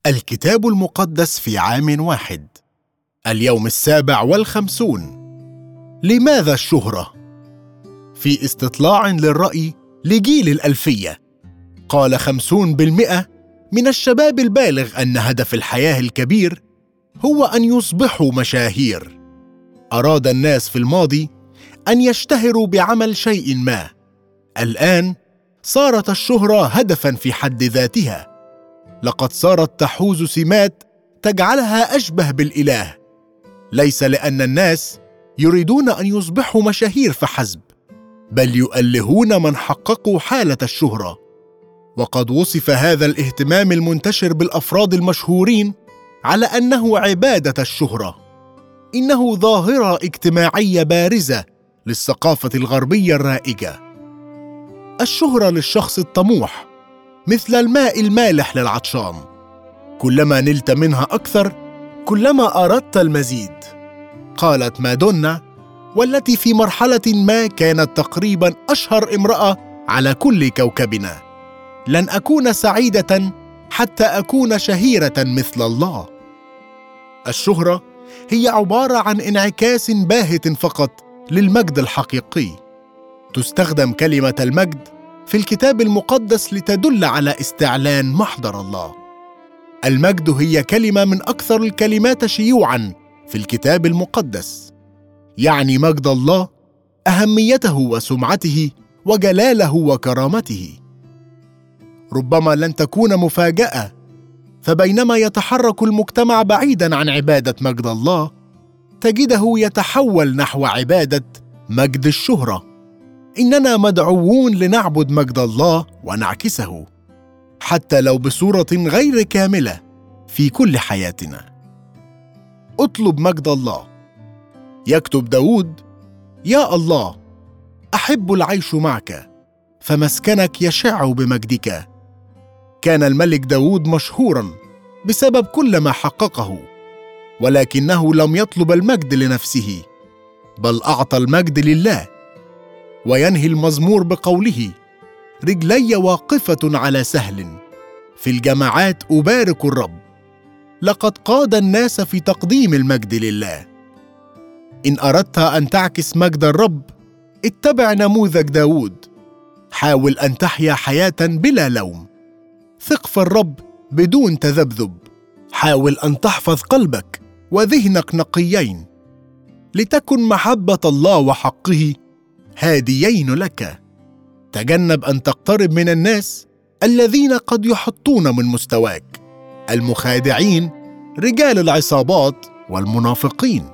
الكتاب المقدس في عام واحد. اليوم 57. لماذا الشهرة؟ في استطلاع للرأي لجيل الألفية، قال 50% من الشباب البالغ أن هدف الحياة الكبير هو أن يصبحوا مشاهير. أراد الناس في الماضي أن يشتهروا بعمل شيء ما. الآن صارت الشهرة هدفاً في حد ذاتها. لقد صارت تحوز سمات تجعلها أشبه بالإله، ليس لأن الناس يريدون أن يصبحوا مشاهير فحسب، بل يؤلهون من حققوا حالة الشهرة. وقد وصف هذا الاهتمام المنتشر بالأفراد المشهورين على أنه عبادة الشهرة. إنه ظاهرة اجتماعية بارزة للثقافة الغربية الرائجة. الشهرة للشخص الطموح مثل الماء المالح للعطشان، كلما نلت منها أكثر كلما أردت المزيد. قالت مادونا، والتي في مرحلة ما كانت تقريبا أشهر امرأة على كل كوكبنا: لن أكون سعيدة حتى أكون شهيرة مثل الله. الشهرة هي عبارة عن انعكاس باهت فقط للمجد الحقيقي. تستخدم كلمة المجد في الكتاب المقدس لتدل على استعلان محضر الله. المجد هي كلمة من أكثر الكلمات شيوعاً في الكتاب المقدس، يعني مجد الله، أهميته وسمعته وجلاله وكرامته. ربما لن تكون مفاجأة، فبينما يتحرك المجتمع بعيداً عن عبادة مجد الله، تجده يتحول نحو عبادة مجد الشهرة. إننا مدعوون لنعبد مجد الله ونعكسه، حتى لو بصورة غير كاملة في كل حياتنا. اطلب مجد الله. يكتب داود: يا الله، أحب العيش معك، فمسكنك يشع بمجدك. كان الملك داود مشهوراً بسبب كل ما حققه، ولكنه لم يطلب المجد لنفسه، بل أعطى المجد لله. وينهي المزمور بقوله: رجلي واقفة على سهل، في الجماعات أبارك الرب. لقد قاد الناس في تقديم المجد لله. إن أردت أن تعكس مجد الرب، اتبع نموذج داود. حاول أن تحيا حياة بلا لوم. ثق في الرب بدون تذبذب. حاول أن تحفظ قلبك وذهنك نقيين، لتكن محبة الله وحقه هاديين لك. تجنب أن تقترب من الناس الذين قد يحطون من مستواك: المخادعين، رجال العصابات والمنافقين.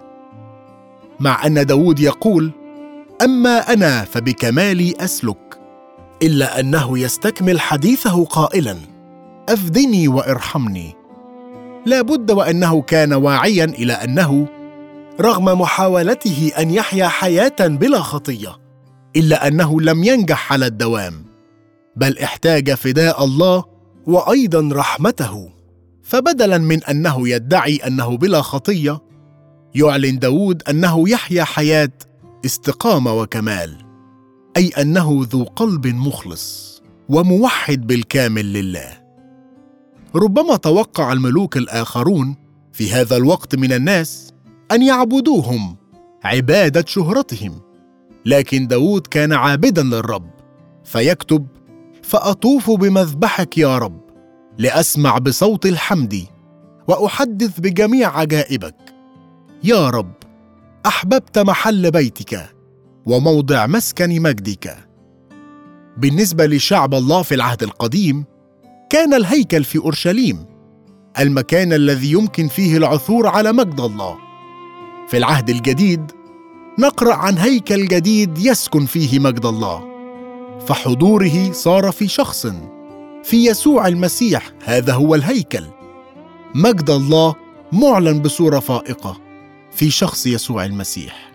مع أن داود يقول: أما أنا فبكمالي أسلك، إلا أنه يستكمل حديثه قائلاً: أفدني وارحمني. لا بد وأنه كان واعياً إلى أنه رغم محاولته أن يحيا حياة بلا خطية، إلا أنه لم ينجح على الدوام، بل احتاج فداء الله وأيضاً رحمته. فبدلاً من أنه يدعي أنه بلا خطية، يعلن داود أنه يحيا حياة استقامة وكمال، أي أنه ذو قلب مخلص وموحد بالكامل لله. ربما توقع الملوك الآخرون في هذا الوقت من الناس أن يعبدوهم عبادة شهرتهم، لكن داود كان عابداً للرب، فيكتب: فأطوف بمذبحك يا رب، لأسمع بصوت الحمد وأحدث بجميع عجائبك. يا رب، أحببت محل بيتك وموضع مسكن مجدك. بالنسبة لشعب الله في العهد القديم، كان الهيكل في أورشليم المكان الذي يمكن فيه العثور على مجد الله. في العهد الجديد نقرأ عن هيكل جديد يسكن فيه مجد الله، فحضوره صار في شخص، في يسوع المسيح. هذا هو الهيكل، مجد الله معلن بصورة فائقة في شخص يسوع المسيح.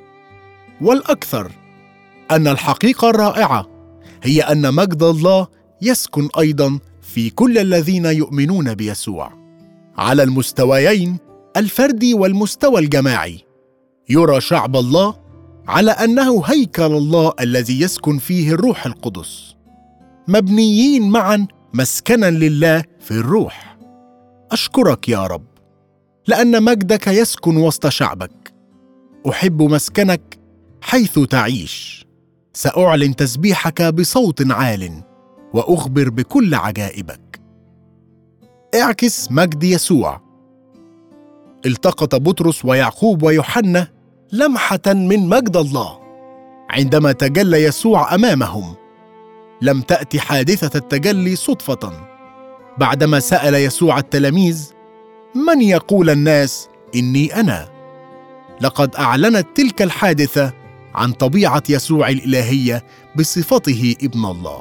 والأكثر أن الحقيقة الرائعة هي أن مجد الله يسكن أيضاً في كل الذين يؤمنون بيسوع، على المستويين الفردي والمستوى الجماعي. يرى شعب الله على أنه هيكل الله الذي يسكن فيه الروح القدس، مبنيين معاً مسكناً لله في الروح. أشكرك يا رب لأن مجدك يسكن وسط شعبك. أحب مسكنك حيث تعيش. سأعلن تسبيحك بصوت عال وأخبر بكل عجائبك. اعكس مجد يسوع. التقط بطرس ويعقوب ويوحنا لمحة من مجد الله عندما تجلى يسوع أمامهم. لم تأتي حادثة التجلي صدفة. بعدما سأل يسوع التلاميذ: من يقول الناس إني أنا؟ لقد أعلنت تلك الحادثة عن طبيعة يسوع الإلهية بصفته ابن الله.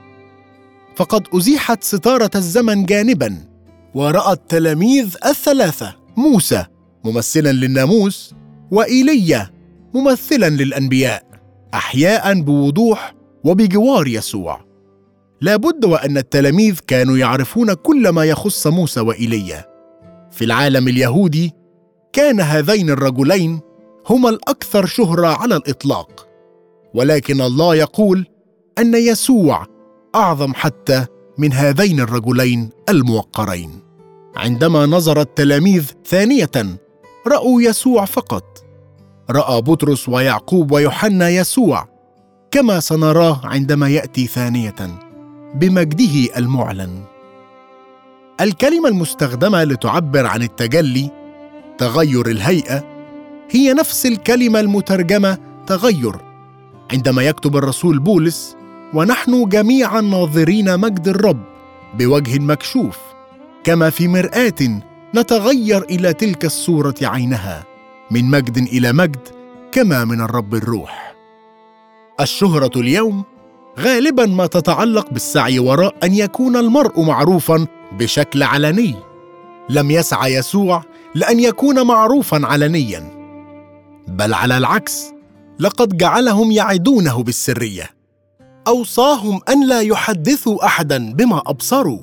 فقد أزيحت ستارة الزمن جانباً، ورأى التلاميذ الثلاثة موسى ممثلاً للناموس، وإيليا ممثلاً للأنبياء، أحياء بوضوح وبجوار يسوع. لا بد وأن التلاميذ كانوا يعرفون كل ما يخص موسى وإيليا. في العالم اليهودي كان هذين الرجلين هما الأكثر شهرة على الإطلاق، ولكن الله يقول أن يسوع أعظم حتى من هذين الرجلين الموقرين. عندما نظر التلاميذ ثانية رأوا يسوع فقط. رأى بطرس ويعقوب ويوحنا يسوع كما سنراه عندما يأتي ثانية بمجده المعلن. الكلمة المستخدمة لتعبر عن التجلي تغير الهيئة هي نفس الكلمة المترجمة تغير عندما يكتب الرسول بولس: ونحن جميعا ناظرين مجد الرب بوجه مكشوف كما في مرآة نتغير إلى تلك الصورة عينها من مجد إلى مجد كما من الرب الروح. الشهرة اليوم غالبا ما تتعلق بالسعي وراء أن يكون المرء معروفا بشكل علني. لم يسعى يسوع لأن يكون معروفا علنيا، بل على العكس، لقد جعلهم يعدونه بالسرية. أوصاهم أن لا يحدثوا أحدا بما أبصروا.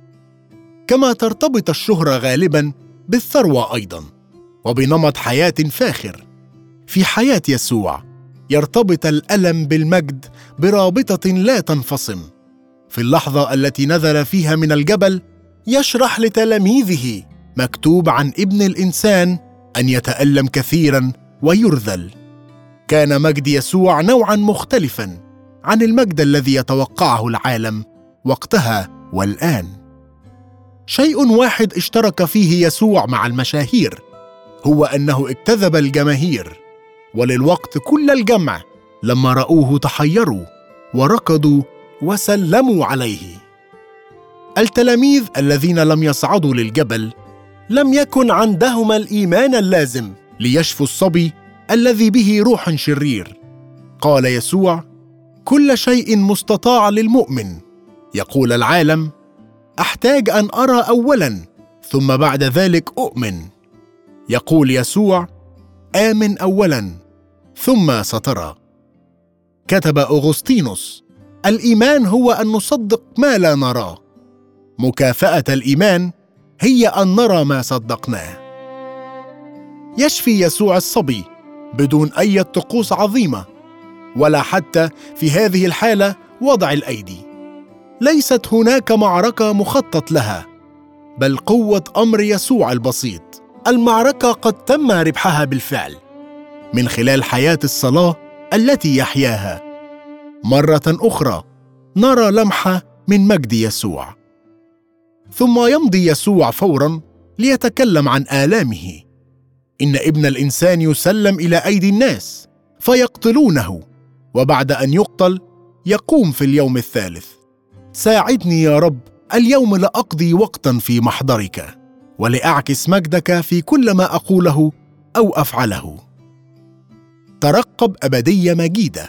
كما ترتبط الشهرة غالبا بالثروة أيضا وبنمط حياة فاخر، في حياة يسوع يرتبط الألم بالمجد برابطة لا تنفصم. في اللحظة التي نزل فيها من الجبل يشرح لتلاميذه مكتوب عن ابن الإنسان أن يتألم كثيرا ويرذل. كان مجد يسوع نوعا مختلفا عن المجد الذي يتوقعه العالم وقتها والآن. شيء واحد اشترك فيه يسوع مع المشاهير، هو أنه اجتذب الجماهير، وللوقت كل الجمع لما رأوه تحيروا وركضوا وسلموا عليه. التلاميذ الذين لم يصعدوا للجبل لم يكن عندهم الإيمان اللازم ليشفوا الصبي الذي به روح شرير. قال يسوع: كل شيء مستطاع للمؤمن. يقول العالم: أحتاج أن أرى أولاً ثم بعد ذلك أؤمن. يقول يسوع: آمن أولاً ثم سترى. كتب أغسطينوس: الإيمان هو أن نصدق ما لا نراه. مكافأة الإيمان هي أن نرى ما صدقناه. يشفي يسوع الصبي بدون أي طقوس عظيمة، ولا حتى في هذه الحالة وضع الأيدي. ليست هناك معركة مخطط لها، بل قوة أمر يسوع البسيط. المعركة قد تم ربحها بالفعل من خلال حياة الصلاة التي يحياها. مرة أخرى نرى لمحة من مجد يسوع. ثم يمضي يسوع فوراً ليتكلم عن آلامه. إن ابن الإنسان يسلم إلى أيدي الناس فيقتلونه، وبعد أن يقتل يقوم في اليوم الثالث. ساعدني يا رب اليوم لأقضي وقتاً في محضرك ولأعكس مجدك في كل ما أقوله أو أفعله. ترقب أبدية مجيدة.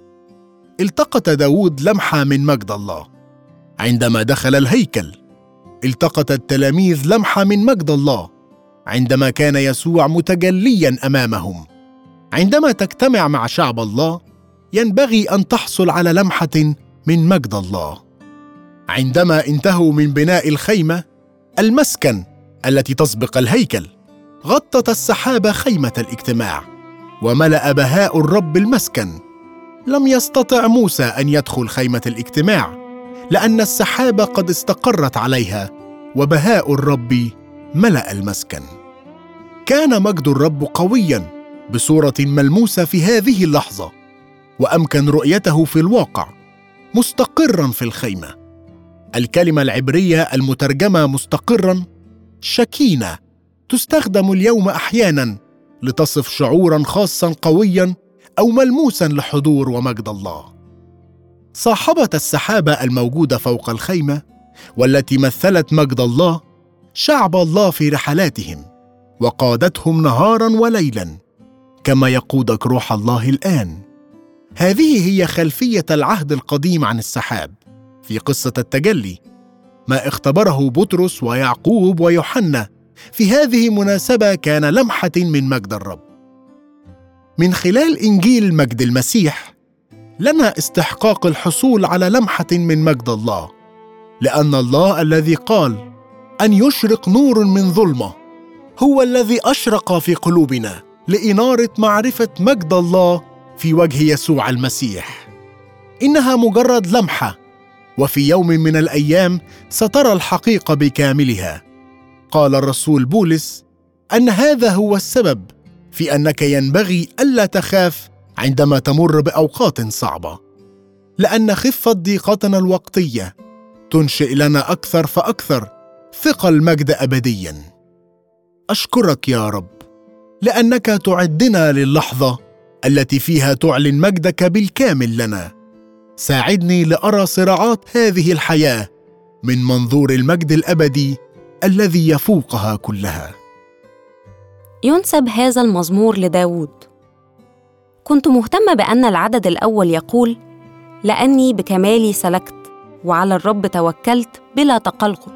التقط داود لمحة من مجد الله عندما دخل الهيكل. التقط التلاميذ لمحة من مجد الله عندما كان يسوع متجليا أمامهم. عندما تجتمع مع شعب الله ينبغي أن تحصل على لمحة من مجد الله. عندما انتهوا من بناء الخيمة المسكن التي تسبق الهيكل، غطت السحابة خيمة الاجتماع وملأ بهاء الرب المسكن. لم يستطع موسى أن يدخل خيمة الاجتماع لأن السحابة قد استقرت عليها وبهاء الرب ملأ المسكن. كان مجد الرب قوياً بصورة ملموسة في هذه اللحظة، وأمكن رؤيته في الواقع مستقراً في الخيمة. الكلمة العبرية المترجمة مستقراً شكينة تستخدم اليوم أحياناً لتصف شعوراً خاصاً قوياً أو ملموساً لحضور ومجد الله. صاحبة السحابة الموجودة فوق الخيمة والتي مثلت مجد الله شعب الله في رحلاتهم، وقادتهم نهاراً وليلاً كما يقودك روح الله الآن. هذه هي خلفية العهد القديم عن السحاب في قصة التجلي، ما اختبره بطرس ويعقوب ويوحنا في هذه المناسبة كان لمحة من مجد الرب. من خلال إنجيل مجد المسيح لنا استحقاق الحصول على لمحة من مجد الله، لأن الله الذي قال أن يشرق نور من ظلمة هو الذي أشرق في قلوبنا لإنارة معرفة مجد الله في وجه يسوع المسيح. إنها مجرد لمحة، وفي يوم من الأيام سترى الحقيقة بكاملها. قال الرسول بولس أن هذا هو السبب في أنك ينبغي ألا تخاف عندما تمر بأوقات صعبة، لأن خفة ضيقتنا الوقتية تنشئ لنا أكثر فأكثر ثقل مجد أبدياً. أشكرك يا رب لأنك تعدنا للحظة التي فيها تعلن مجدك بالكامل لنا. ساعدني لأرى صراعات هذه الحياة من منظور المجد الأبدي الذي يفوقها كلها. ينسب هذا المزمور لداود. كنت مهتمة بأن العدد الأول يقول: لأني بكمالي سلكت وعلى الرب توكلت بلا تقلق.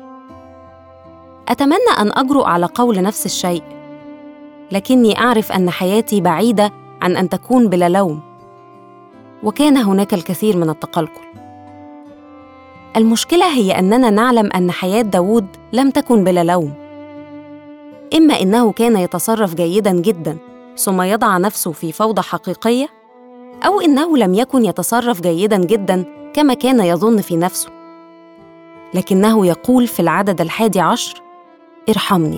أتمنى أن أجرؤ على قول نفس الشيء، لكني أعرف أن حياتي بعيدة عن أن تكون بلا لوم، وكان هناك الكثير من التقلق. المشكلة هي أننا نعلم أن حياة داود لم تكن بلا لوم. إما إنه كان يتصرف جيداً جداً ثم يضع نفسه في فوضى حقيقية، أو إنه لم يكن يتصرف جيداً جداً كما كان يظن في نفسه. لكنه يقول في العدد 11: ارحمني.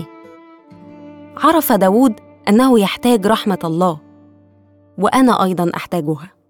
عرف داود أنه يحتاج رحمة الله، وأنا أيضاً أحتاجها.